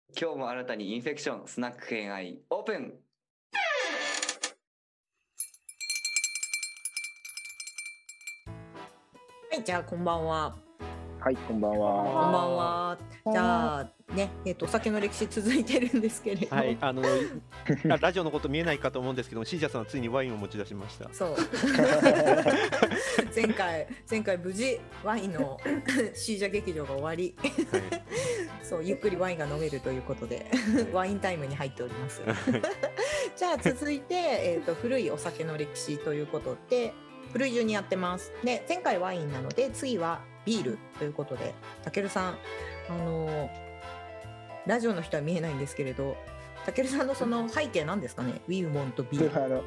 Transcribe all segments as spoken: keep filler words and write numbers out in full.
今日も新たにインフェクションスナック偏愛オープン。 はい、じゃあこんばんは。 はい、こんばんは。 こんばんは。じゃあね、えっとお酒の歴史続いてるんですけれど、 はい、あのラジオのこと見えないかと思うんですけども、シージャさんはついにワインを持ち出しました。 そう。前回前回無事ワインのシージャ劇場が終わり、はい、そうゆっくりワインが飲めるということでワインタイムに入っております。じゃあ続いてえっと古いお酒の歴史ということで。古い順にやってます。で、前回ワインなので次はビールということで、たけるさん、あのラジオの人は見えないんですけれど、たけるさんのその背景なんですかね。We want beer。 あの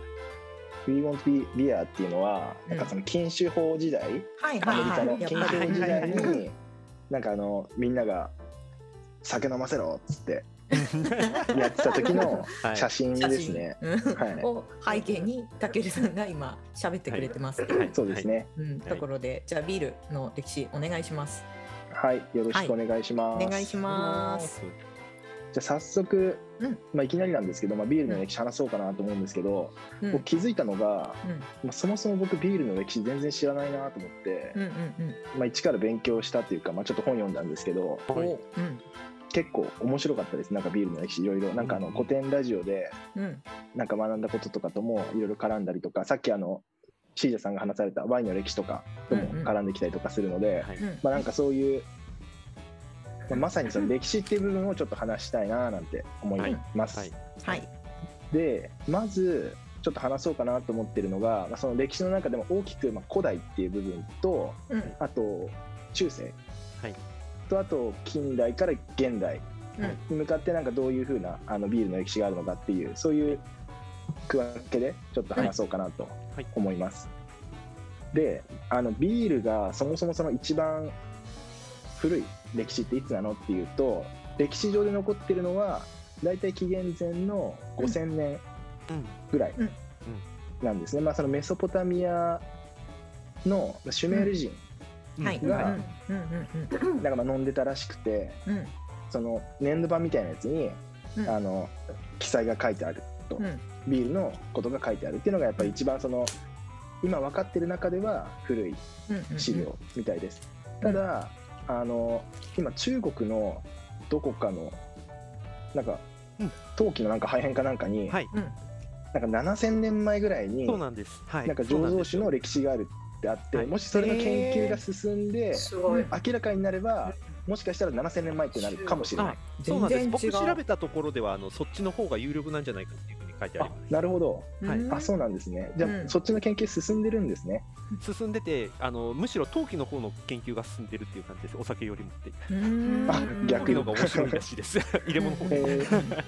We want beer っていうのは、うん、なんかその禁酒法時代、はいはいはい、アメリカの禁酒法時代に、なんかあのみんなが酒飲ませろっつって。やってた時の写真ですね、 はい、を背景にたけるさんが今喋ってくれてます、はいはい、そうですね、 うん、ところでじゃあビールの歴史お願いします。 はい、よろしくお願いします、 はい、お願いします。 じゃあ早速、うんまあ、いきなりなんですけど、まあ、ビールの歴史話そうかなと思うんですけど、うん、僕気づいたのが、うんまあ、そもそも僕ビールの歴史全然知らないなと思って、うんうんうんまあ、一から勉強したというか、まあ、ちょっと本読んだんですけど、はいうん結構面白かったです。なんかビールの歴史いろいろなんかあの古典ラジオでなんか学んだこととかともいろいろ絡んだりとか、さっきあのシージャさんが話されたワインの歴史とかとも絡んできたりとかするので、まあなんかそういう、まあ、まさにその歴史っていう部分をちょっと話したいななんて思います。はいはいはい、でまずちょっと話そうかなと思ってるのが、まあ、その歴史の中でも大きくまあ古代っていう部分と、うん、あと中世。はいとあと近代から現代に向かってなんかどういう風なあのビールの歴史があるのかっていうそういう区分けでちょっと話そうかなと思います、はいはい、であのビールがそもそもその一番古い歴史っていつなのっていうと歴史上で残ってるのはだいたい紀元前のごせんねんぐらいなんですね、まあ、そのメソポタミアのシュメール人、うんがなんかまあ飲んでたらしくて、うん、その年度版みたいなやつに、うん、あの記載が書いてあると、うん、ビールのことが書いてあるっていうのがやっぱり一番その今分かってる中では古い資料みたいです、うんうんうん、ただあの今中国のどこかのなんか、うん、陶器のなんか破片かなんかに、はい、なんかななせんねんまえぐらいにそうなんです、はい、 なんか醸造酒の歴史があるってあって、はい、もしそれの研究が進んで明らかになればもしかしたらななせんねんまえってなるかもしれない。 そうなんです。僕調べたところではあのそっちの方が有力なんじゃないかっていうふうに書いてあります。 なるほど、はい、あそうなんですね。じゃあ、うん、そっちの研究進んでるんですね。 進んでてあのむしろ陶器の方の研究が進んでるっていう感じです。お酒よりもってあ逆のが面白いらしいです入れ物の方、えーはい、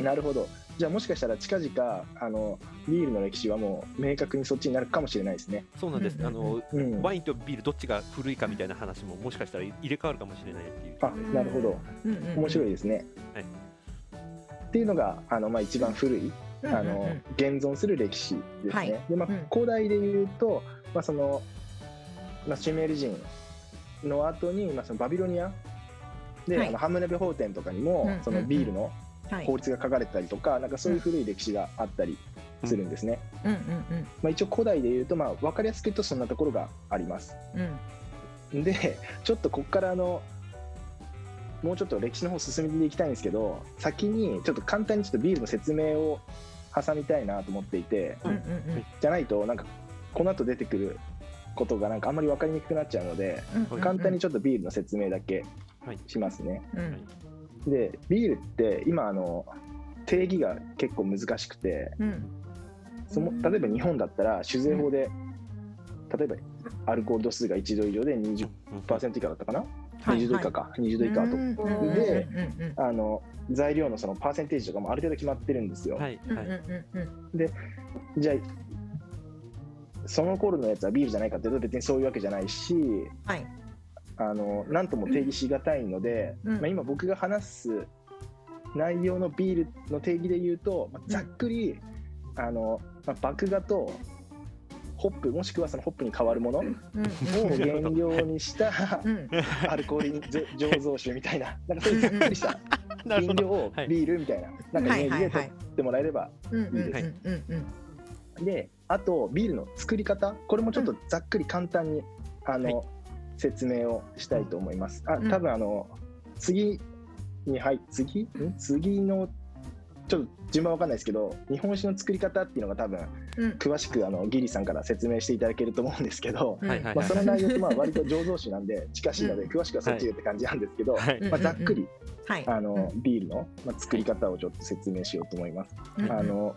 なるほど。じゃあもしかしたら近々あのビールの歴史はもう明確にそっちになるかもしれないですね。 そうなんです、うん、あの、うん、ワインとビールどっちが古いかみたいな話ももしかしたら入れ替わるかもしれないっていう。 あなるほど、うんうんうん、面白いですね、はい、っていうのがあの、まあ、一番古いあの、うんうんうん、現存する歴史ですね、はいでまあ、古代でいうと、まあそのまあ、シュメール人の後に、まあ、そのバビロニアで、はい、あのハムネベ法典とかにも、うんうんうん、そのビールの法律が書かれてたりとか、はい、なんかそういう古い歴史があったりするんですね、うんうんうんまあ、一応古代でいうと、まあ、分かりやすく言うとそんなところがあります、うん、でちょっとここからあのもうちょっと歴史の方進めていきたいんですけど先にちょっと簡単にちょっとビールの説明を挟みたいなと思っていて、うんうんうん、じゃないとなんかこの後出てくることがなんかあんまり分かりにくくなっちゃうので、うんうんうん、簡単にちょっとビールの説明だけしますね、はいうん、でビールって今あの定義が結構難しくて、うん、その例えば日本だったら酒税法で、うん、例えばアルコール度数がいちど以上で にじゅっパーセント 以下だったかな、はい、にじゅうど以下か、はい、にじゅうど以下とで、あの材料のそのパーセンテージとかもある程度決まってるんですよ、はいはい、でじゃあその頃のやつはビールじゃないかっていうと別にそういうわけじゃないし、はい、あの何とも定義しがたいので、うんまあ、今僕が話す内容のビールの定義で言うと、まあ、ざっくり、うんあのまあ、麦芽とホップもしくはそのホップに代わるものを原料にしたアルコール醸造酒みたいな、なんかそういうざっくりした飲料をビールみたいな、なんかイメージで取ってもらえればいいです。で、あとビールの作り方、これもちょっとざっくり簡単にあの、はい、説明をしたいと思います。あ、多分あの次に入次次のちょっと順番わかんないですけど、日本酒の作り方っていうのが多分、うん、詳しくあのギリさんから説明していただけると思うんですけど、まあ、その内容とまあ割と醸造酒なんで近しいので、詳しくはそっちでって感じなんですけど、はい、まあ、ざっくり、はい、あのビールの、まあ、作り方をちょっと説明しようと思います。はい、あの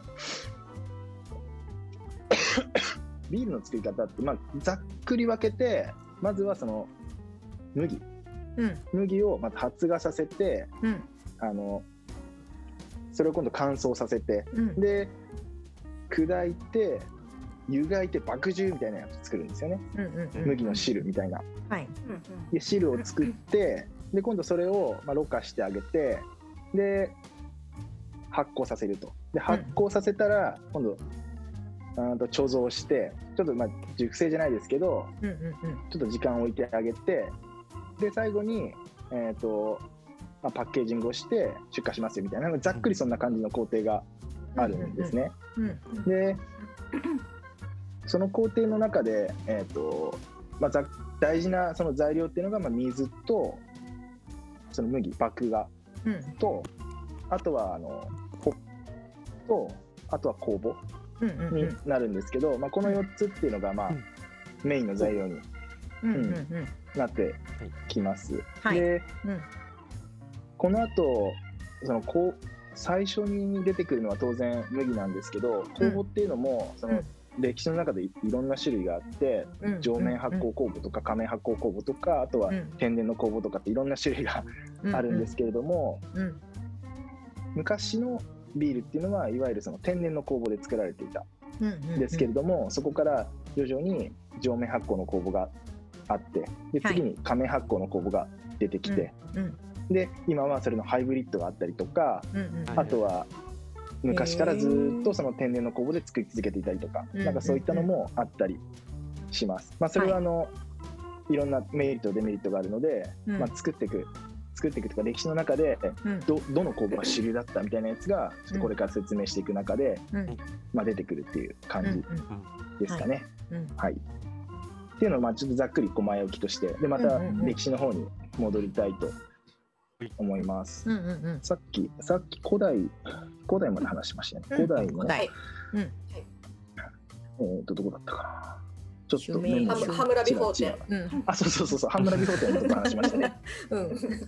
ビールの作り方って、まあ、ざっくり分けて、まずはその麦、うん、麦をまた発芽させて、うん、あのそれを今度乾燥させて、うん、で砕いて湯がいて麦汁みたいなやつ作るんですよね、うんうんうん、麦の汁みたいな、はい、で汁を作ってで今度それをまあろ過してあげてで発酵させると。で発酵させたら今度あと貯蔵してちょっとまあ熟成じゃないですけど、うんうんうん、ちょっと時間を置いてあげてで最後にえっとまあ、パッケージングをして出荷しますよみたいな、ざっくりそんな感じの工程があるんですね。でその工程の中で、えーとまあ、大事なその材料っていうのが、まあ、水とその麦麦芽と、うん、あとはあのホップとあとは酵母になるんですけど、まあ、このよっつっていうのが、まあ、メインの材料に、うんうん、なってきます。はい、で、うんこの後そのこう最初に出てくるのは当然麦なんですけど、酵母っていうのもその歴史の中でいろんな種類があって、うん、上面発酵酵母とか下面発酵酵母とかあとは天然の酵母とかっていろんな種類があるんですけれども、うんうん、昔のビールっていうのはいわゆるその天然の酵母で作られていたんですけれども、そこから徐々に上面発酵の酵母があってで次に下面発酵の酵母が出てきて、はいうんうんで今はそれのハイブリッドがあったりとか、うんうん、あとは昔からずっとその天然の酵母で作り続けていたりとか、なんかそういったのもあったりします。まあ、それはあの、はい、いろんなメリットデメリットがあるので、うんまあ、作っていく作っていくとか歴史の中で ど, どの酵母が主流だったみたいなやつがちょっとこれから説明していく中で、うんまあ、出てくるっていう感じですかね。はい、っていうのをまあちょっとざっくりこう前置きとしてでまた歴史の方に戻りたいと思います、うんうんうん、さっきさっき古代古代まで話しましたね、うん、古代の古代、うん、えーとどこだったかなちょっとメモがハムラビ法典、 うん、あそうそうそうそうハムラビ法典のとこ話しましたね、うん、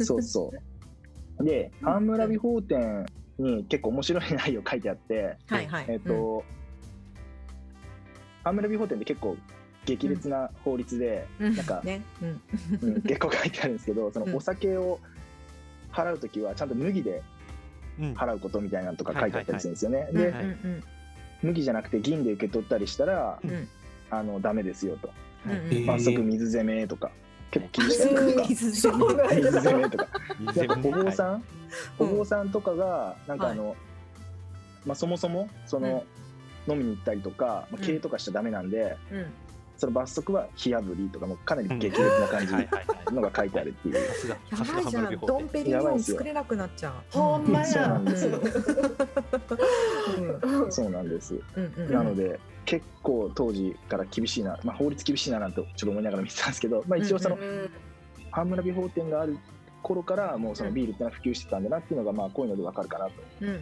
そうそうでハムラビ法典に結構面白い内容書いてあって、はいはい、えっ、ー、と、うん、ハムラビ法典って結構激烈な法律で、うん、なんか、ねうんうん、結構書いてあるんですけどそのお酒を払うときはちゃんと麦で払うことみたいなのとか書いてあったりするんですよね。で、麦じゃなくて銀で受け取ったりしたら、うん、あのダメですよと。罰則水攻めとか結構厳しかったりとか、水攻めとか。やっぱお坊さん、お坊さんとかがなんかあの、はいまあそもそもその、うん、飲みに行ったりとか、まあ、経営とかしちゃダメなんで。うんその罰則は火破りとかもかなり激烈な感じのが書いてあるっていう。 やばいじゃん、ドンペリニョン作れなくなっちゃう。 ほんまや。 そうなんですよ。そうなんです。なので結構当時から厳しいな、まあ法律厳しいななんてちょっと思いながら見てたんですけど、まあ一応そのハムラビ法典がある頃からもうそのビールってのは普及してたんだなっていうのがまあこういうのでわかるかなと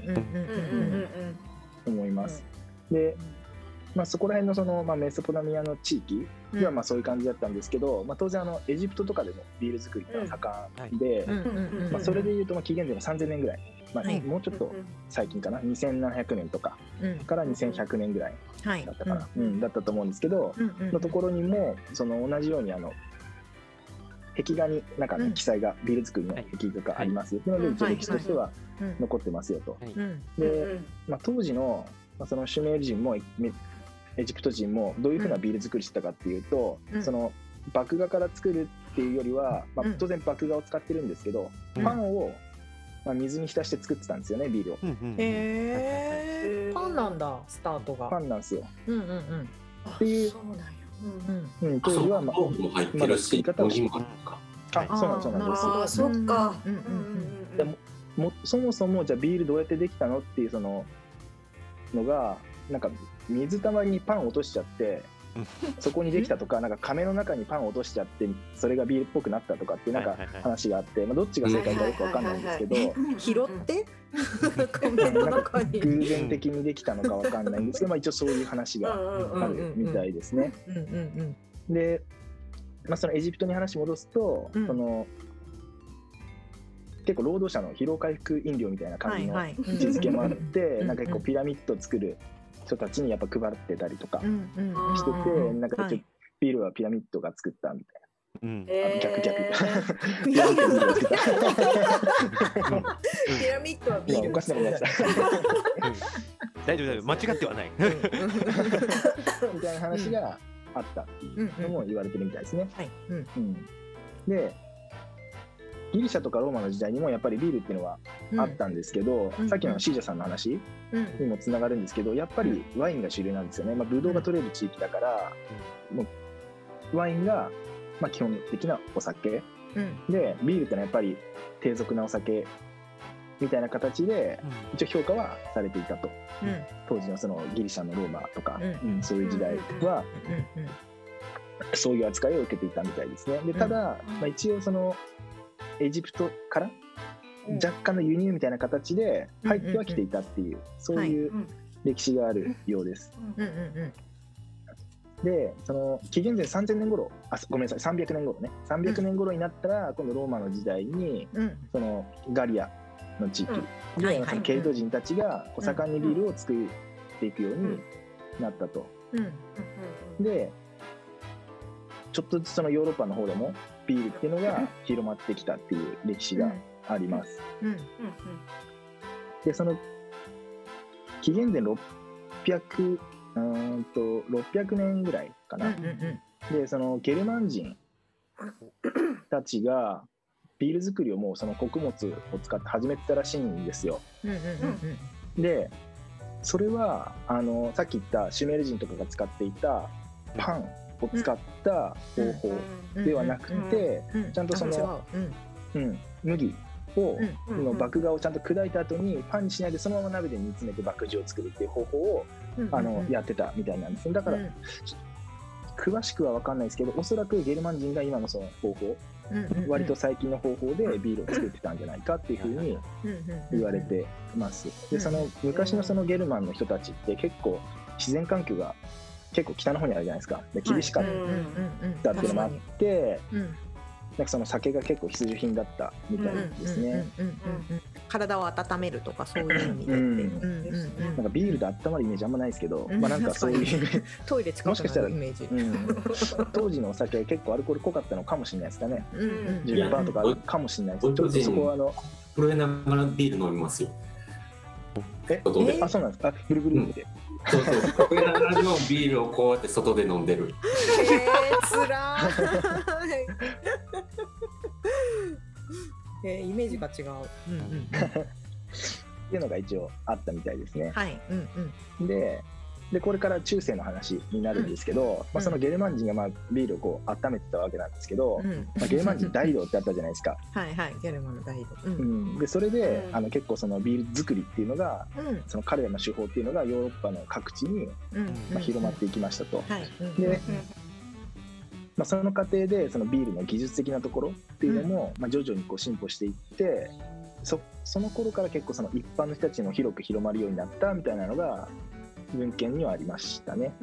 思います。で。まあ、そこら辺のその、まあ、メソポタミアの地域ではまあそういう感じだったんですけど、うんまあ、当然あのエジプトとかでもビール作りが盛んで、まあ、それでいうとまあ紀元前のさんぜんねんぐらい、まあ、もうちょっと最近かなにせんななひゃくねんとかからにせんひゃくねんぐらいだったかな、うんうん、だったと思うんですけど、のところにもその同じようにあの壁画になんか、ね、記載がビール作りの壁画があります、はい、なので歴史としては残ってますよと。で、まあ、当時のそのシュメール人もエジプト人もどういうふうなビール作りしてたかっていうと、うん、その麦芽から作るっていうよりは、まあ、当然麦芽を使ってるんですけど、うん、パンを、まあ、水に浸して作ってたんですよねビールを。 うんうん、へーパンなんだスタートが。 パンなんですよ。 うんうんうん、 っていう、うんうん、当時はまあ豆腐も入ってるし麦もあるのか。 あそうなんそうなんです。 あそっか。 でももそもそもじゃあビールどうやってできたのっていうそののがなんか水たまりにパン落としちゃってそこにできたとか、なんか亀の中にパン落としちゃってそれがビールっぽくなったとかっていうなんか話があって、まあ、どっちが正解かよくわかんないんですけど、 拾って亀の中に偶然的にできたのかわかんないんですけど、まあ、一応そういう話があるみたいですね。で、まあ、そのエジプトに話戻すと、うん、その結構労働者の疲労回復飲料みたいな感じの位置づけもあって、なんか結構ピラミッドを作る人たちにやっぱ配ってたりとかしてて、なんかちょっとビールはピラミッドが作ったみたいな。うん、あ逆逆ピラミッドが作ったピラミッドはビールおかしなことやつだ大丈夫大丈夫間違ってはないみたいな話があったっていうのも言われてるみたいですね。でギリシャとかローマの時代にもやっぱりビールっていうのはあったんですけど、うん、さっきのシージャさんの話にもつながるんですけど、やっぱりワインが主流なんですよね。まあ、ブドウが取れる地域だから、うん、もうワインがまあ基本的なお酒、うん、でビールってのはやっぱり低俗なお酒みたいな形で一応評価はされていたと、うん、当時のそのギリシャのローマとか、うんうん、そういう時代はそういう扱いを受けていたみたいですね。でただ、まあ、一応そのエジプトから若干の輸入みたいな形で入ってはきていたっていう、そういう歴史があるようです。でその紀元前さんぜんねん頃、あごめんなさいさんびゃくねん頃ねさんびゃくねん頃になったら今度ローマの時代に、そのガリアの地域でそのケルト人たちが盛んにビールを作っていくようになったと。でちょっとずつそのヨーロッパの方でもビールっていうのが広まってきたっていう歴史があります。でその紀元前ろっぴゃくうんとろっぴゃくねんぐらいかな、でそのゲルマン人たちがビール作りをもうその穀物を使って始めてたらしいんですよ。でそれはあのさっき言ったシュメール人とかが使っていたパンを使った方法ではなくて、ちゃんとその、うん、麦をの麦芽をちゃんと砕いた後にパンにしないでそのまま鍋で煮詰めて麦汁を作るっていう方法をあのやってたみたいなんですね。だから詳しくは分かんないですけど、おそらくゲルマン人が今のその方法、割と最近の方法でビールを作ってたんじゃないかっていうふうに言われてます。でその昔のそのゲルマンの人たちって結構自然環境が結構北の方にあるじゃないですか。で厳しかったっていうのもあって、なんかその酒が結構必需品だったみたいですね。 体を温めるとかそういう意味で、うん、 なんかビールで温まるイメージあんまないですけど、まあなんかそういうトイレ使うイメージ。 うん、当時のお酒は結構アルコール濃かったのかもしれないですかね。じゅっパーセント とかあるかもしれないです。ちょっとそこはあの震えながらビール飲みますよ。 え、あそうなんですか。あブルブルって。 そうそう。震えながらのビールをこうやって外で飲んでる。 えー、つらーい。えー、イメージが違う。うんうん、 っていうのが一応あったみたいですね。 はい。うんうん、 で、でこれから中世の話になるんですけど、うんまあ、そのゲルマン人がまあビールをこう温めてたわけなんですけど、うんまあ、ゲルマン人大道ってあったじゃないですか。 はいはい、ゲルマンの大道。うんうん、でそれで、うん、あの結構そのビール作りっていうのが、うん、その彼らの手法っていうのがヨーロッパの各地に、うんまあ、広まっていきましたと。はい、で、まあ、その過程でそのビールの技術的なところっていうのも、うんまあ、徐々にこう進歩していって、そ, その頃から結構その一般の人たちにも広く広まるようになったみたいなのが文献にはありましたね。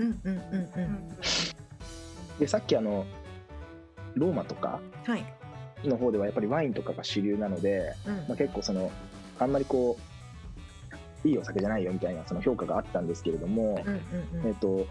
でさっきあのローマとかの方ではやっぱりワインとかが主流なので、うんまあ、結構そのあんまりこういいお酒じゃないよみたいなその評価があったんですけれども、うんうんうん、えっと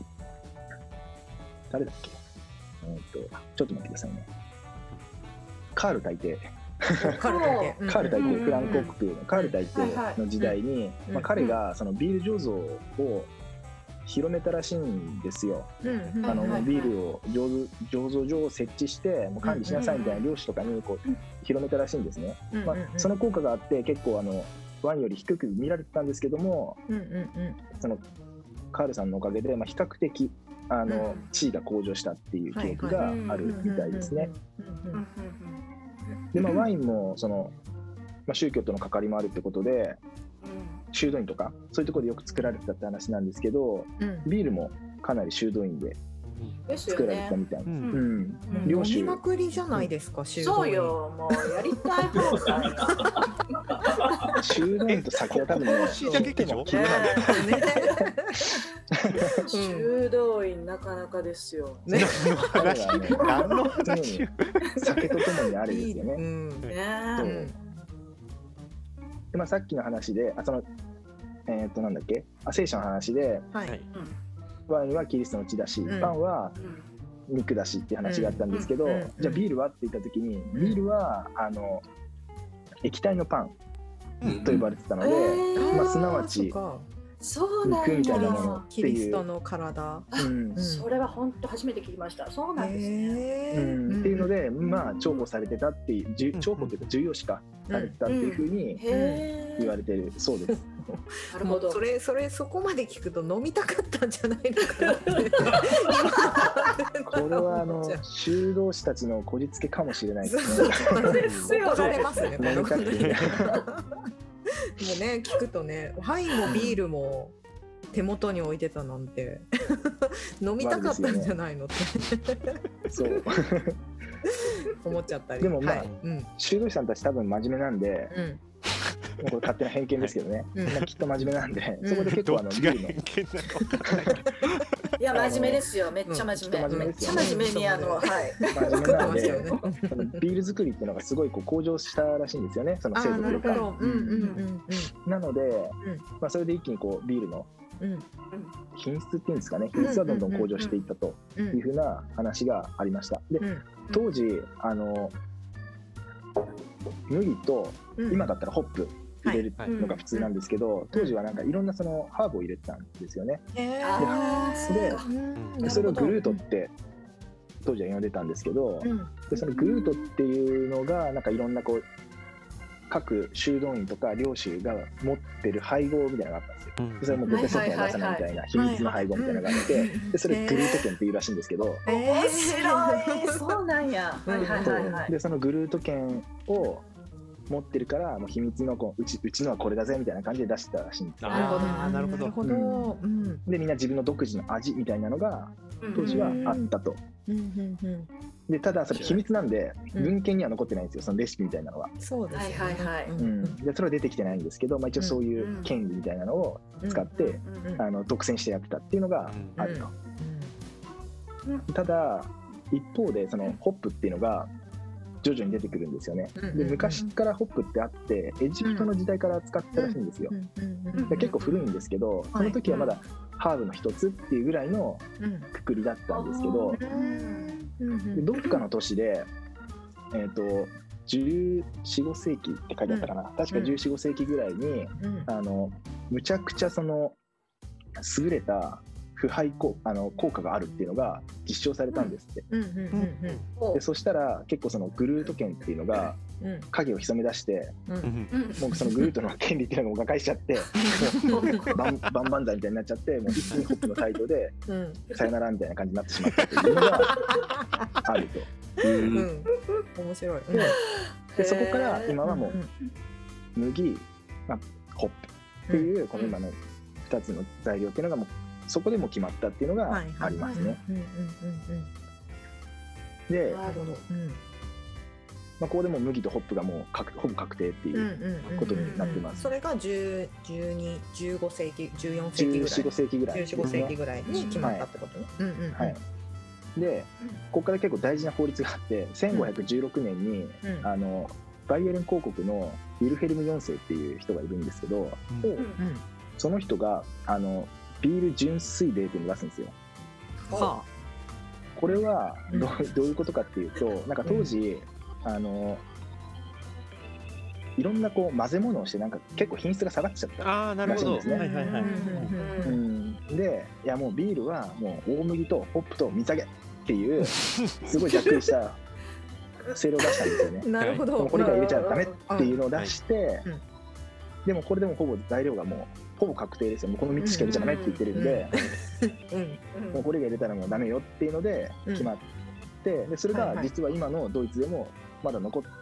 誰だっけ、えっとちょっと待ってくださいね。カール大帝カール大帝、 カール大帝、フランク王国のカール大帝の時代に、まあ、彼がそのビール醸造を広めたらしいんですよ。あのビールを醸造所を設置してもう管理しなさいみたいな漁師とかにこう広めたらしいんですね。まあ、その効果があって結構あのワインより低く見られてたんですけども、そのカールさんのおかげでまあ比較的あの地位が向上したっていう記憶があるみたいですね。でまあ、ワインもそのまあ、宗教との関わりもあるってことで、修道院とかそういうところでよく作られてたって話なんですけど、うん、ビールもかなり修道院で作られてたみたいな、ね、うん、 飲みまくりじゃないですか、修道院。 そうよ、もうやりたい放題修道院と酒は多分ね、 シージャ劇場修道院なかなかですよ。 ね、何の話？ 酒とともにあるんですよね。 うん、ね。 でまあ、さっきの話で、あそのえっとなんだっけ、あ聖書の話で、はい、ワインはキリストの血だし、うん、パンは肉だしっていう話があったんですけど、うんうん、じゃあビールはって言った時に、うん、ビールはあの液体のパンと呼ばれてたので、うん、まあ、すなわちそうなん肉みたいなものっていう、 キリストの体、 うん、それは本当初めて聞きました。そうなんですね、 うん、っていうので、まあ重宝されてたっていう、重宝というか重要視かされてたっていうふうに言われてるそうです。 なるほど。 それそれそこまで聞くと飲みたかったんじゃないのかなって。 これはあの修道士たちのこじつけかもしれないですね。 怒られますね。このもうね、聞くとね、ワインもビールも手元に置いてたなんて飲みたかったんじゃないのって、 そう思っちゃったり。 でもまあ、はい、うん、修道士さんたち多分真面目なんで、うん、これ勝手な偏見ですけどね、うん、まあ、きっと真面目なんで、うん、そこで結構あのビールのいや真面目ですよ、めっちゃ真面目、うん、めっちゃ真面目にあの、はい、 真面目なんで、ね、ビール作りっていうのがすごいこう向上したらしいんですよね、その精度というか。なので、うん、まあ、それで一気にこうビールの品質っていうんですかね、品質はどんどん向上していったというふうな話がありました。で、当時あの麦と今だったらホップ入れるのが普通なんですけど、当時はなんかいろんなそのハーブを入れてたんですよね。で、それをグルートって当時は呼んでたんですけど、でそのグルートっていうのがなんかいろんなこう各修道院とか領主が持ってる配合みたいなのがあったんですよ。でそれも絶対外には出さないみたいな秘密の配合みたいなのがあって、でそれグルート券っていうらしいんですけど、 面白い、そうなんや。 でそのグルート券を持ってるからもう秘密のこううちうちのはこれだぜみたいな感じで出してたらしいんですよ。 なるほど、なるほど。 でみんな自分の独自の味みたいなのが当時はあったと。でただそれ秘密なんで文献には残ってないんですよ、そのレシピみたいなのは。 そうですね。 はいはいはい。 うん、でそれは出てきてないんですけど、まあ、一応そういう権利みたいなのを使ってあの独占してやってたっていうのがあると。ただ一方でそのホップっていうのが徐々に出てくるんですよね。で昔からホップってあってエジプトの時代から使ってたらしいんですよ。で結構古いんですけど、その時はまだハーブの一つっていうぐらいのくくりだったんですけど、でどっかの年で、えー、とじゅうよん、ご世紀って書いてあったかな、確かじゅうよん、ご世紀ぐらいに、あのむちゃくちゃその優れた腐敗効あの効果があるっていうのが実証されたんですって。でそしたら結構そのグルート券っていうのが影を潜め出して、うん、もうそのグルートの権利っていうのが瓦解しちゃってもうバンバンバンザイみたいになっちゃって、もう一気にホップのサイトでさよならみたいな感じになってしまったというのがあると。うん、 面白い。 で, でそこから今はもう麦、まあ、ホップっていうこの今のふたつの材料っていうのがもうそこでも決まったっていうのがありますね。で、まあ、ここでも麦とホップがもうほぼ確定っていうことになってます。 それがじゅう、じゅうに、じゅうご世紀、じゅうよん世紀ぐらい、 じゅうよん、ご世紀ぐらい、 じゅうよん、ご世紀ぐらいに決まったってことね。 はい。で、ここから結構大事な法律があって、せんごひゃくじゅうろくねんに、うん、あのバイエルン公国のウィルヘルムよん世っていう人がいるんですけど、うん、その人があのビール純粋令っていうのを出すんですよ。はあ、これはど う, どういうことかっていうと、なんか当時、うん、あのいろんなこう混ぜ物をしてなんか結構品質が下がっちゃったらしいんですね。で、いやもうビールはもう大麦とホップと水揚げっていうすごいざっくりした正論を出したんですよね。 なるほど。 もうこれ以外入れちゃダメっていうのを出して、でもこれでもほぼ材料がもうほぼ確定ですよ。もうこのみっつしか入れちゃダメって言ってるんで、もうこれが入れたらもうダメよっていうので決まって、でそれが実は今のドイツでもまだ残っ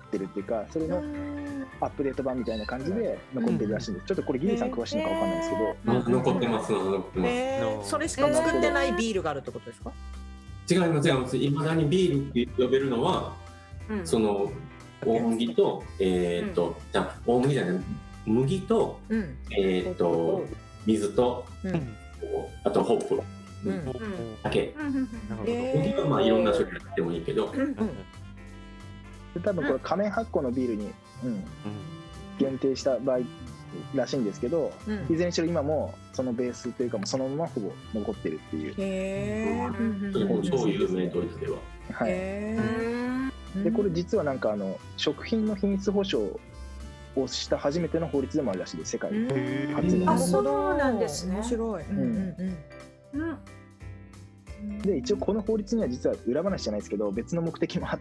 ってるっていうか、それのアップデート版みたいな感じで残ってるらしいんです。ちょっとこれギリーさん詳しいのかわかんないですけど、 残ってます残ってます、 えー、それしか作ってないビールがあるってことですか？ 違います違います。いまだにビールって呼べるのは、うん、その大麦とえー、っと、うん、じゃ大麦じゃない麦と、うん、えー、っと水と、うん、あとホップだけ。麦はまあいろんな種類やってもいいけど、うんうん、 多分これ仮面発酵のビールに、うん、限定した場合らしいんですけど、うん、いずれにしろ今もそのベースというかもそのままほぼ残ってるっていう。 へー、超有名ドイツでは。 はい。でこれ実はなんかあの食品の品質保証をした初めての法律でもあるらしいです。世界初に。 あ、そうなんですね。 面白い。うんうんうんで一応この法律には実は裏話じゃないですけど別の目的もあって、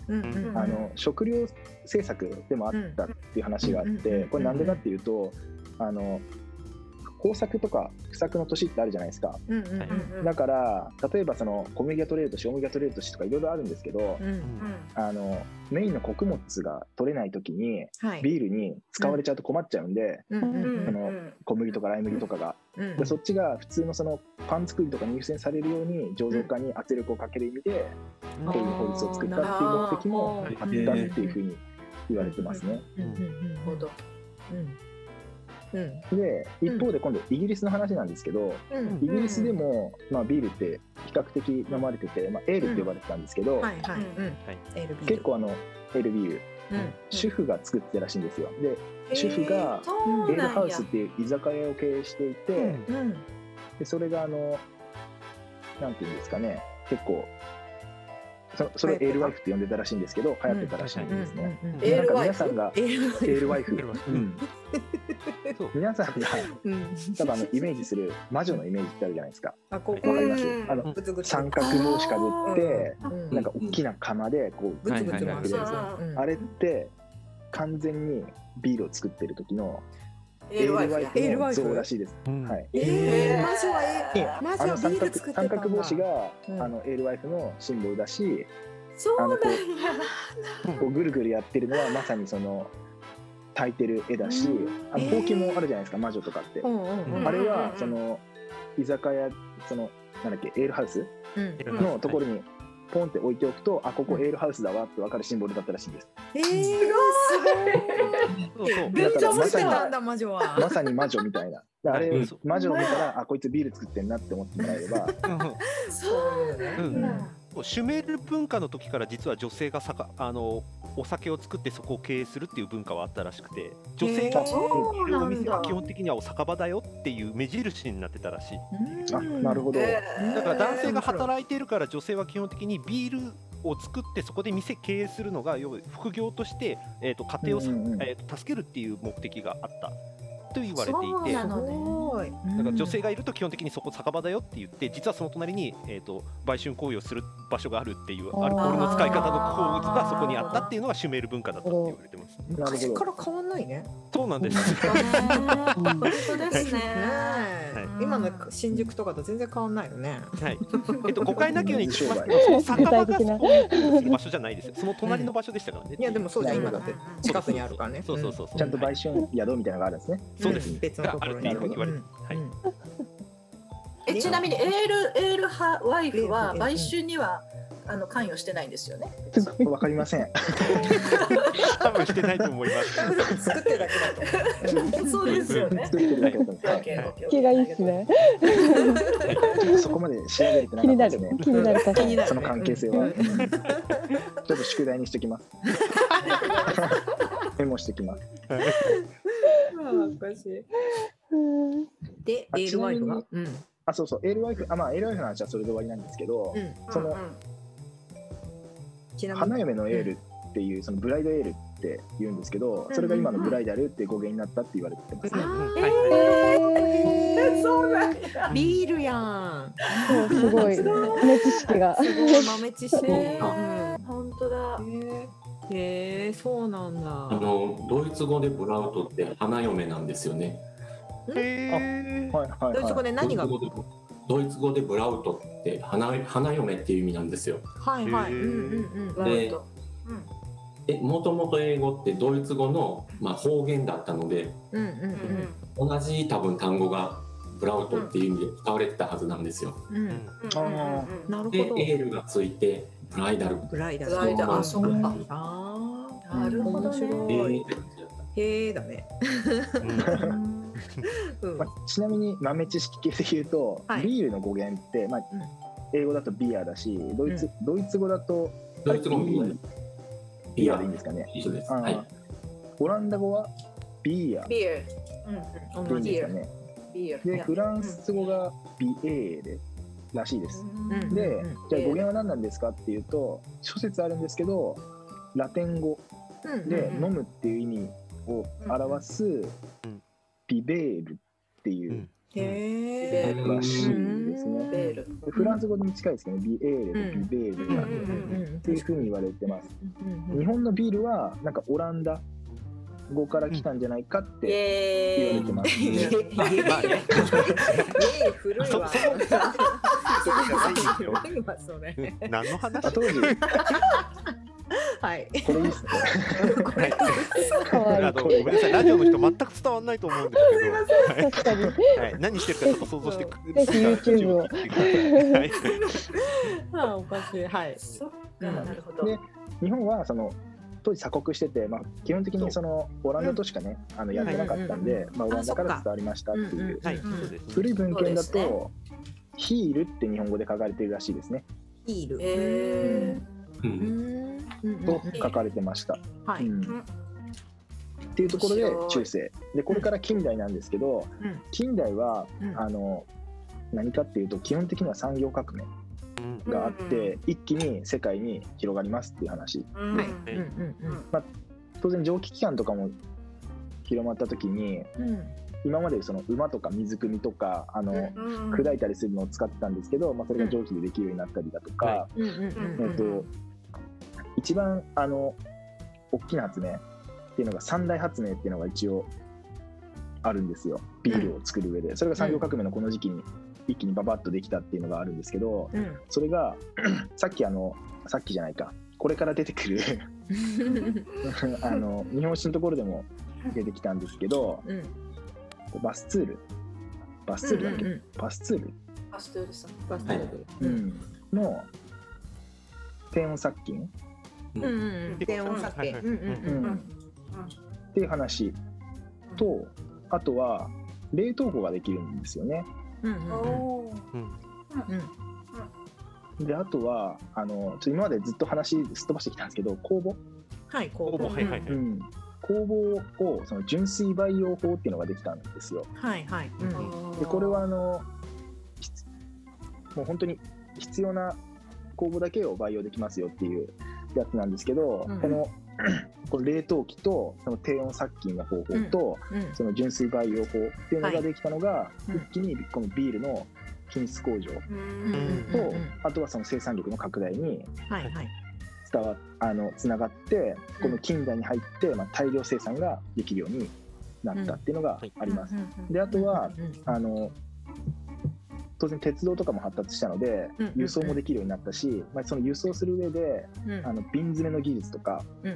うんうん、あの食料政策でもあったっていう話があって、これなんでかっていうとあの豊作とか不作の年ってあるじゃないですか、うんうんうん、だから例えばその小麦が取れる年大麦が取れる年とかいろいろあるんですけど、うんうん、あのメインの穀物が取れない時にビールに使われちゃうと困っちゃうんで、うん、その小麦とかライ麦とかが、うん、でそっちが普通のそのパン作りとかに優先されるように醸造家に圧力をかける意味でこういう法律を作ったっていう目的もあったっていうふうに言われてますね。 なるほど。 うん、で一方で今度イギリスの話なんですけど、うん、イギリスでも、まあ、ビールって比較的飲まれてて、まあ、エールって呼ばれてたんですけど、結構あのエールビール、うん、主婦が作ってたらしいんですよ。で主婦がエールハウスっていう居酒屋を経営していて、うん、でそれがあのなんていうんですかね結構そ, それをエールワイフって呼んでたらしいんですけど流行ってたらしいんですね。なんか皆さんがエールワイフ皆さんが多分あのイメージする魔女のイメージってあるじゃないですか。わかります？あの三角帽子かぶってなんか大きな釜でこうグツグツやってるやつ。あれって完全にビールを作ってる時のエールワイフの像らしいです。はい。 ええ、魔女はえ、魔女はビール作ってたんだ。 三角帽子があのエールワイフのシンボルだし、 そうなんや。 こうぐるぐるやってるのはまさにその炊いてる絵だし、あのほうきもあるじゃないですか魔女とかって。あれはその居酒屋そのなんだっけエールハウスのところにポンって置いておくと、あここエールハウスだわって分かるシンボルだったらしいんです。 えー、すごい。めっちゃ面白いなんだ魔女は。 まさに魔女みたいな。あれ魔女を見たらあこいつビール作ってんなって思ってもらえれば。 そうね。 シュメール文化の時から実は女性がさかあのお酒を作ってそこを経営するっていう文化はあったらしくて、女性がいるお店は基本的にはお酒場だよっていう目印になってたらしい。 あ、なるほど。 だから男性が働いているから女性は基本的にビールを作ってそこで店経営するのが要は副業として、えー、と家庭を、うんうん、えー、と助けるっていう目的があったと言われていて、だから女性がいると基本的にそこ酒場だよって言って、実はその隣に、えー、と売春行為をする場所があるっていうアルコールの使い方の構図がそこにあったっていうのがシュメール文化だったって言われてます。 昔から変わんないね。 そうなんです。 本当ですね。 今の新宿とかと全然変わんないよね。 はい。えっと誤解なきように言いますけど、その酒場がそこの場所じゃないですよ。その隣の場所でしたからね。 いやでもそうじゃん、今だって近くにあるからね。 そうそうそう。 ちゃんと売春宿みたいなのがあるんですね。 そうです。 別のところに言われて。はい。 えちなみにエールエールハワイフは売春にはあの関与してないんですよね。 わかりません。 多分してないと思います。 作ってるだけだと。 そうですよね。 作ってるだけだと。 気がいいですね。 そこまで調べれてなかったですね。 気になる。気になる。 その関係性は。ちょっと宿題にしてきます。メモしてきます。 おかしい。で、エールワイフが、うん、 あ、そうそう、エールワイフ、あ、まあエールワイフの話はそれで終わりなんですけど、うん、その、うん、花嫁のエールっていう、そのブライドエールって言うんですけど、うん、それが今のブライダルって語源になったって言われてますね。 えー、そうなんや。 ビールやん。 そう、すごい豆知識が。 豆知識。 本当だ。 へえ、そうなんだ。 あのドイツ語でブラウトって花嫁なんですよね。 へえ。ドイツ語で何が？ ドイツ語でブラウトって花花嫁っていう意味なんですよ。 はいはい。うんうんうん。 で、 もともと英語ってドイツ語の、まあ、方言だったので、 うんうんうん、同じ多分単語がブラウトっていう意味で使われてたはずなんですよ。 うん、ああ、なるほど。 でエールがついてブライダル。 ブライダル。 ブライダル、あ、そうか。 ああ、なるほどね。 へえだね。 まあ、ちなみに豆知識系で言うと、はい、ビールの語源って、まあ、うん、英語だとビアだし、ドイツ、うん、ドイツ語だとドイツ語もビアビアでいいんですかね。 一緒です。はい。 オランダ語はビア。 ビア。 うん。でいいんですかね。ビア。でフランス語がビエーレらしいです。うん、で、うん、じゃあ語源は何なんですかっていうと、諸説あるんですけど、ラテン語で飲むっていう意味を表すビベールっていう。 へーらしいですね。フランス語に近いですけど、ね、ビエーレとビベールがっていうふうに言われてます。日本のビールはなんかオランダ語から来たんじゃないかって言われてます。 古いわ。 何の話？ 当時。 はい。 これいいですね。 あのごめんなさい、ラジオの人全く伝わらないと思うんですけど、確かに、はい、何してるかちょっと想像してください。 YouTube を。 はい。あ、おかしい。はい。 そっか、なるほど。 で、日本はその当時鎖国してて、まあ基本的にそのオランダとしかね、あのやってなかったんで、まあオランダから伝わりましたっていう。古い文献だとヒールって日本語で書かれているらしいですね。 ヒール。 ええ。と書かれてました。 はい。 っていうところで中世で、これから近代なんですけど、近代はあの何かっていうと基本的には産業革命があって一気に世界に広がりますっていう話。まあ当然蒸気機関とかも広まった時に、今までその馬とか水汲みとかあの砕いたりするのを使ってたんですけど、まあそれが蒸気でできるようになったりだとか、えっと一番あの大きな発明っていうのが三大発明っていうのが一応あるんですよ、ビールを作る上で。それが産業革命のこの時期に一気にババッとできたっていうのがあるんですけど、うん、それがさっきあのさっきじゃないかこれから出てくるあの日本史のところでも出てきたんですけど、うん、バスツールバスツールだっけ、うんうん、バスツールバスツールさんバスツール、 うん、の低温殺菌低温殺菌っていう話と、あとは冷凍庫ができるんですよね。であとはあのちょ今までずっと話すっ飛ばしてきたんですけど、酵母、 はい酵母、 はいはいはい、うん、 酵母をその純水培養法っていうのができたんですよ。 はいはい、うん、 でこれはあのもう本当に必要な酵母だけを培養できますよっていうやつなんですけど、うん、このこの冷凍機とその低温殺菌の方法と、うんうん、その純水培養法っていうのができたのが、はい、一気にこのビールの品質向上と、あとはその生産力の拡大に伝わあのつながって、この近代に入って、まあ、大量生産ができるようになったっていうのがあります。であとはあの当然鉄道とかも発達したので輸送もできるようになったし、まあ、その輸送する上で、うん、あの瓶詰めの技術とか、うん、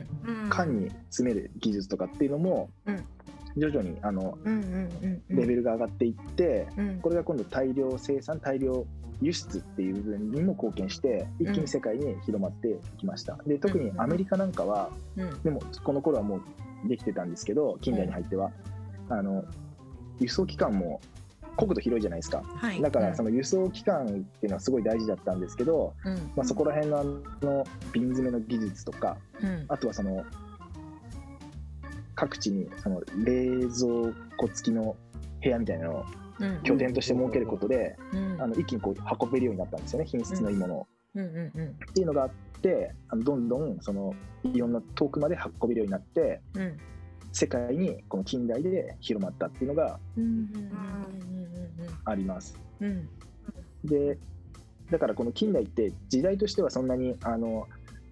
缶に詰める技術とかっていうのも徐々にあのレベルが上がっていって、うん、これが今度大量生産大量輸出っていう部分にも貢献して一気に世界に広まっていきました。で特にアメリカなんかは、うん、でもこの頃はもうできてたんですけど、近代に入っては、あの輸送機関も国土広いじゃないですか、はい、だからその輸送機関っていうのはすごい大事だったんですけど、うんまあ、そこら辺のあの瓶詰めの技術とか、うん、あとはその各地にその冷蔵庫付きの部屋みたいなのを拠点として設けることで、うん、あの一気にこう運べるようになったんですよね、品質のいいものを、うんうんうんうん、っていうのがあってあのどんどんそのいろんな遠くまで運べるようになって、うん、世界にこの近代で広まったっていうのがあります、うん、でだからこの近代って時代としてはそんなにあの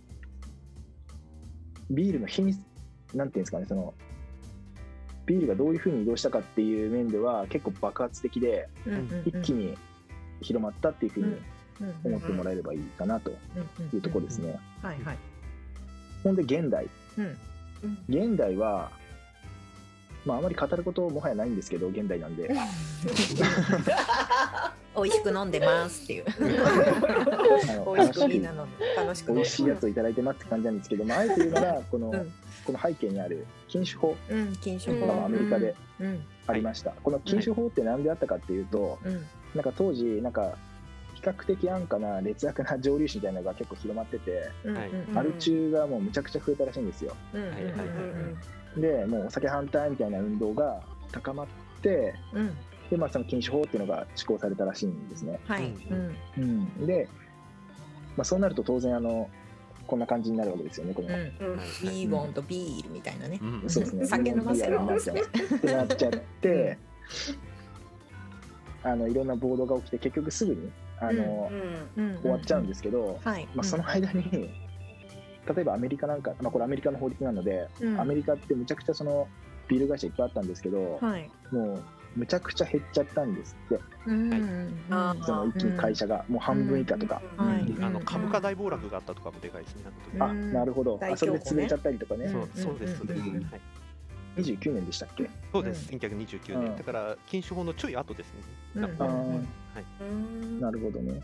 ビールの品質なんていうんですかね、そのビールがどういうふうに移動したかっていう面では結構爆発的で、うんうんうん、一気に広まったっていうふうに思ってもらえればいいかなというところですね。 はいはい。 ほんで現代うん、 現代はまああまり語ることもはやないんですけど、現代なんで美味しく飲んでますっていう美味しくみんな飲んで楽しく美味しいやつをいただいてますって感じなんですけど、まあ、あえて言うならこの、うん、この背景にある禁酒法がアメリカでありました。この禁酒法って何であったかっていうと、うん、なんか当時なんか比較的安価な劣悪な蒸留酒みたいなのが結構広まってて、うん、アル中がもうむちゃくちゃ増えたらしいんですよ。でもうお酒反対みたいな運動が高まって、うんでまあ、その禁酒法っていうのが施行されたらしいんですね。はいうん、で、まあ、そうなると当然あのこんな感じになるわけですよね。この、うん、 ビーゴンとビールみたいなね、 うん、そうですね酒飲ませるってなっちゃって、うん、あのいろんな暴動が起きて結局すぐにあの、うん、終わっちゃうんですけど、うんまあ、その間に例えばアメリカなんか、まあ、これアメリカの法律なので、うん、アメリカってむちゃくちゃそのビール会社いっぱいあったんですけど、はい、もうむちゃくちゃ減っちゃったんですって、うん、その一気に会社がもう半分以下とか、 うんはい、あの株価大暴落があったとかもでかいですね。 あ、なるほど。あ、それで潰れちゃったりとかね。 そう、そうですそうです。はい。 にじゅうきゅうねんでしたっけ？ そうです。せんきゅうひゃくにじゅうきゅうねんだから禁酒法のちょい後ですね。 うんうんはい。なるほどね。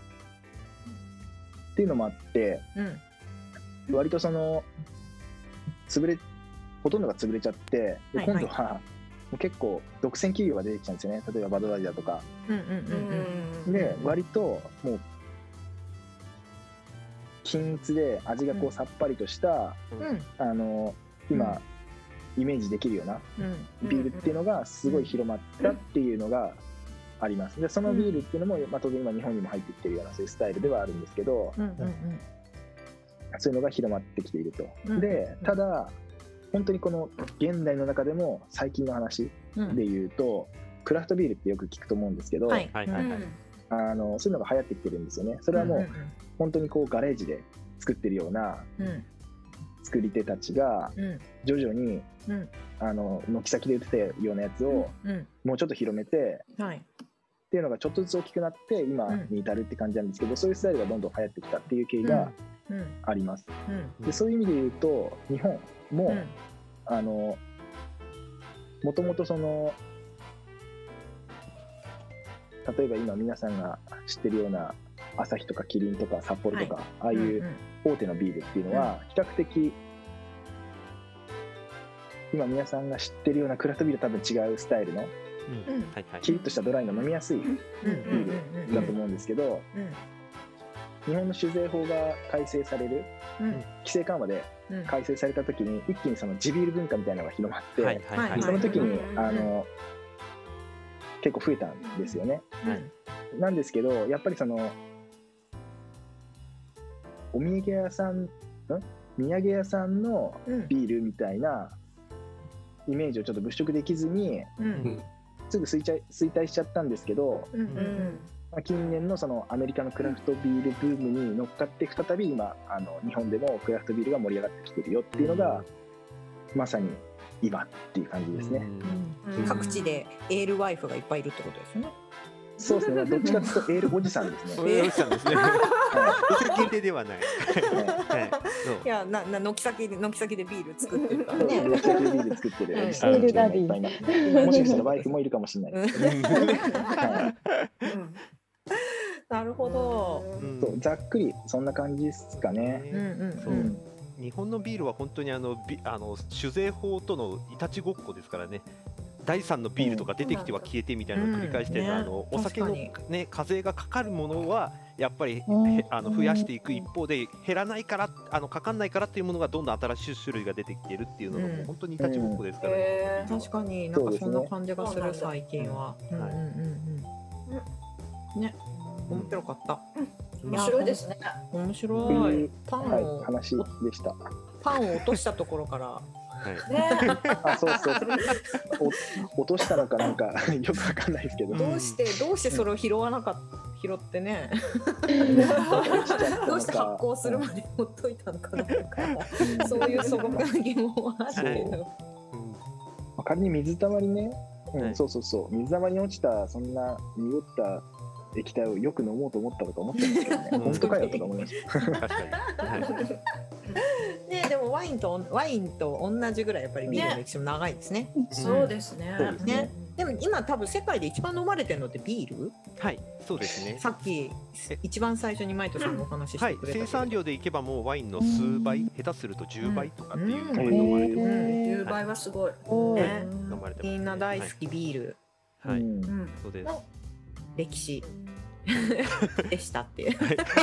っていうのもあって、うん、割とその潰れほとんどが潰れちゃって、で今度は、はいはいもう結構独占企業が出てきたんですよね。例えばバドワイザーとか、うんうんうん、で割ともう均一で味がこうさっぱりとした、うん、あの今、うん、イメージできるようなビールっていうのがすごい広まったっていうのがあります。でそのビールっていうのも、まあ、当然今日本にも入ってきてるようなそういうスタイルではあるんですけど、うんうんうん、そういうのが広まってきていると。でただ本当にこの現代の中でも最近の話でいうと、うん、クラフトビールってよく聞くと思うんですけど、はいはいはい、あのそういうのが流行ってきてるんですよね。それはもう本当にこうガレージで作ってるような作り手たちが徐々に、うん、あの軒先で売ってたようなやつをもうちょっと広めて、はい、っていうのがちょっとずつ大きくなって今に至るって感じなんですけど、そういうスタイルがどんどん流行ってきたっていう経緯があります。でそういう意味で言うと日本も、うん、あのもともとその例えば今皆さんが知ってるようなアサヒとかキリンとか札幌とか、はい、ああいう大手のビールっていうのは比較的今皆さんが知ってるようなクラフトビールと多分違うスタイルの、うん、キリッとしたドライの飲みやすいビールだと思うんですけど、日本の酒税法が改正される、うん、規制緩和で改正された時に一気にその地ビール文化みたいなのが広まって、はいはいはい、その時にあの結構増えたんですよね、はい、なんですけどやっぱりそのお土産屋さんん土産屋さんのビールみたいなイメージをちょっと払拭できずに、うん、すぐ衰退、衰退しちゃったんですけど、うんうん近年のそのアメリカのクラフトビールブームに乗っかって再び今あの日本でもクラフトビールが盛り上がってきてるよっていうのが、うん、まさに今っていう感じですね、 うんうん、各地でエールワイフがいっぱいいるってことですよね。 そうですね、どっちかというとエールおじさんですね。 エールおじさんですね。限定ではない。 いや、な、な、軒先で、軒先でビール作ってるからね。 軒先でビール作ってるおじさんたちがいっぱいいますね。もしかしたらワイフもいるかもしれないですね。 なるほど。 そうざっくりそんな感じですかね。うんうんそう。日本のビールは本当にあのビあの酒税法とのいたちごっこですからね。だいさんのビールとか出てきては消えてみたいなのを繰り返して、うんね、あのお酒の、ね、課税がかかるものはやっぱり、うん、あの増やしていく一方で減らないからあのかかんないからっていうものがどんどん新しい種類が出てきてるっていうのがもう本当にいたちごっこですから、ねうんうん、確かになんかそんな感じがする最近は。ね、面白かった。 面白いですね。 面白い。パンを、 はい、話でした。 パンを落としたところから。 はいね、あそうそうお落としたのかなんかよくわかんないですけど、 どうしてどうしてそれを拾わなかった拾ってねどうして発酵するまでほっといたのかなとか、うん、そういう素朴な疑問はあるけど、 うん、仮に水たまりね、うんはい、そうそうそう水たまりに落ちたそんな濁った液体をよく飲もうと思ったとか思ったんですけどね本当かよとか思いました。確かに、 ね、でももワインとワインと同じぐらいやっぱりビールの歴史も長いですね。 そうですね。 ね。でも今多分世界で一番飲まれてるのってビール？ はい、そうですね。 さっき一番最初にマイトさんがお話ししてくれた、 はい、生産量でいけばもうワインの数倍、下手するとじゅうばいとかっていうのが飲まれてます。 じゅうばいはすごい。 ね、飲まれてます。みんな大好きビール。 はい、そうです。 歴史でしたっていう。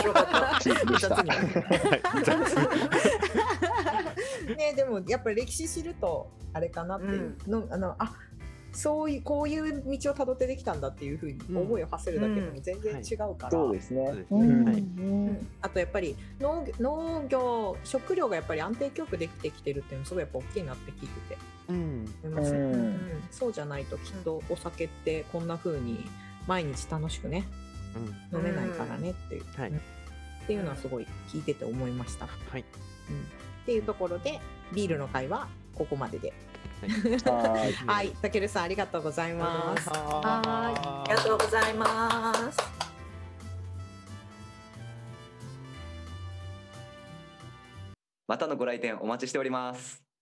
ね、でもやっぱり歴史知るとあれかなっていうの、あのあそういうこういう道をたどってできたんだっていうふうに思いを馳せるだけでも全然違うから、 そうですね。 あとやっぱり農農業食料がやっぱり安定供給できてきてるっていうのもすごいやっぱ大きいなって聞いてて、うんうん、そうじゃないときっとお酒ってこんなふうに毎日楽しくね、うん、飲めないからねっていう、はい、っていうのはすごい聞いてて思いました。はい、うん、っていうところでビールの会はここまでで。はい、たけるさんありがとうございます。 はい、ありがとうございます。 またのご来店お待ちしております。